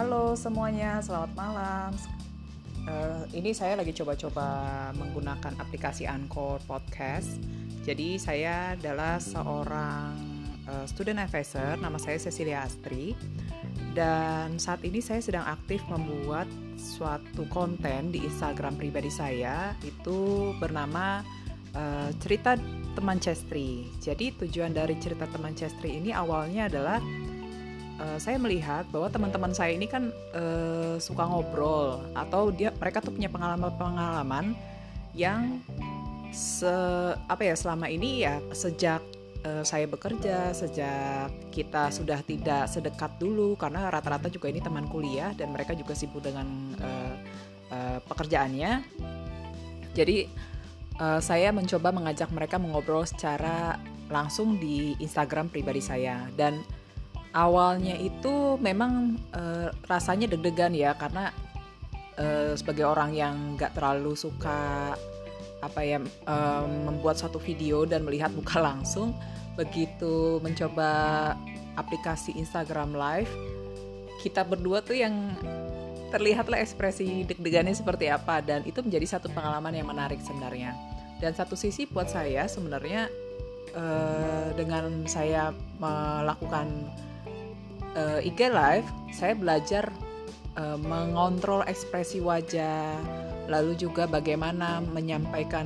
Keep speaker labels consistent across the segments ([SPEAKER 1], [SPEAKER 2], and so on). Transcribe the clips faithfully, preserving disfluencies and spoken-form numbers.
[SPEAKER 1] Halo semuanya, selamat malam. Uh, ini saya lagi coba-coba menggunakan aplikasi Anchor Podcast. Jadi saya adalah seorang uh, student advisor, nama saya Cecilia Astri. Dan saat ini saya sedang aktif membuat suatu konten di Instagram pribadi saya, itu bernama uh, Cerita Teman Cestri. Jadi tujuan dari Cerita Teman Cestri ini awalnya adalah Uh, saya melihat bahwa teman-teman saya ini kan uh, suka ngobrol atau dia mereka tuh punya pengalaman-pengalaman yang se apa ya selama ini ya sejak uh, saya bekerja, sejak kita sudah tidak sedekat dulu karena rata-rata juga ini teman kuliah dan mereka juga sibuk dengan uh, uh, pekerjaannya. Jadi uh, saya mencoba mengajak mereka mengobrol secara langsung di Instagram pribadi saya. Dan awalnya itu memang e, rasanya deg-degan ya, karena e, sebagai orang yang gak terlalu suka apa ya e, membuat suatu video dan melihat muka langsung, begitu mencoba aplikasi Instagram Live, kita berdua tuh yang terlihatlah ekspresi deg-degannya seperti apa, dan itu menjadi satu pengalaman yang menarik sebenarnya. Dan satu sisi buat saya sebenarnya e, dengan saya melakukan Uh, I G Live, saya belajar uh, mengontrol ekspresi wajah, lalu juga bagaimana menyampaikan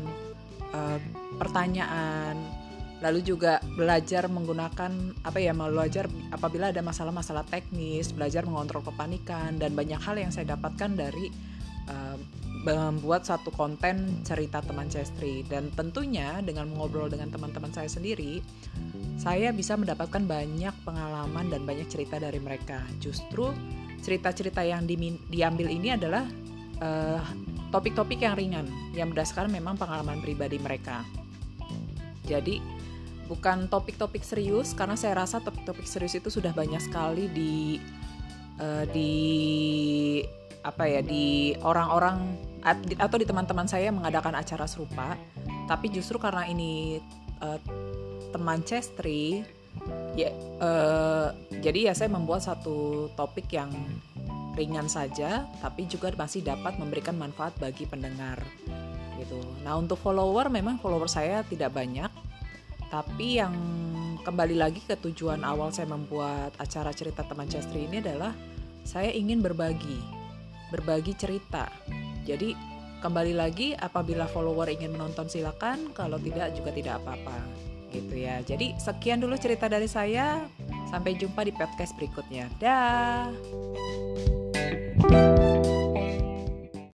[SPEAKER 1] uh, pertanyaan, lalu juga belajar menggunakan apa ya, belajar apabila ada masalah-masalah teknis, belajar mengontrol kepanikan, dan banyak hal yang saya dapatkan dari uh, membuat satu konten Cerita Teman Cestri. Dan tentunya dengan mengobrol dengan teman-teman saya sendiri, saya bisa mendapatkan banyak pengalaman dan banyak cerita dari mereka. Justru cerita-cerita yang di, diambil ini adalah uh, topik-topik yang ringan, yang berdasarkan memang pengalaman pribadi mereka. Jadi bukan topik-topik serius, karena saya rasa topik-topik serius itu sudah banyak sekali di uh, di apa ya di orang-orang atau di teman-teman saya yang mengadakan acara serupa. Tapi justru karena ini uh, teman Cestri, ya, uh, jadi ya saya membuat satu topik yang ringan saja, tapi juga masih dapat memberikan manfaat bagi pendengar, gitu. Nah, untuk follower, memang follower saya tidak banyak, tapi yang kembali lagi ke tujuan awal saya membuat acara Cerita Teman Cestri ini adalah saya ingin berbagi, berbagi cerita. Jadi kembali lagi, apabila follower ingin menonton silakan, kalau tidak juga tidak apa-apa. Gitu ya. Jadi sekian dulu cerita dari saya. Sampai jumpa di podcast berikutnya. Dah.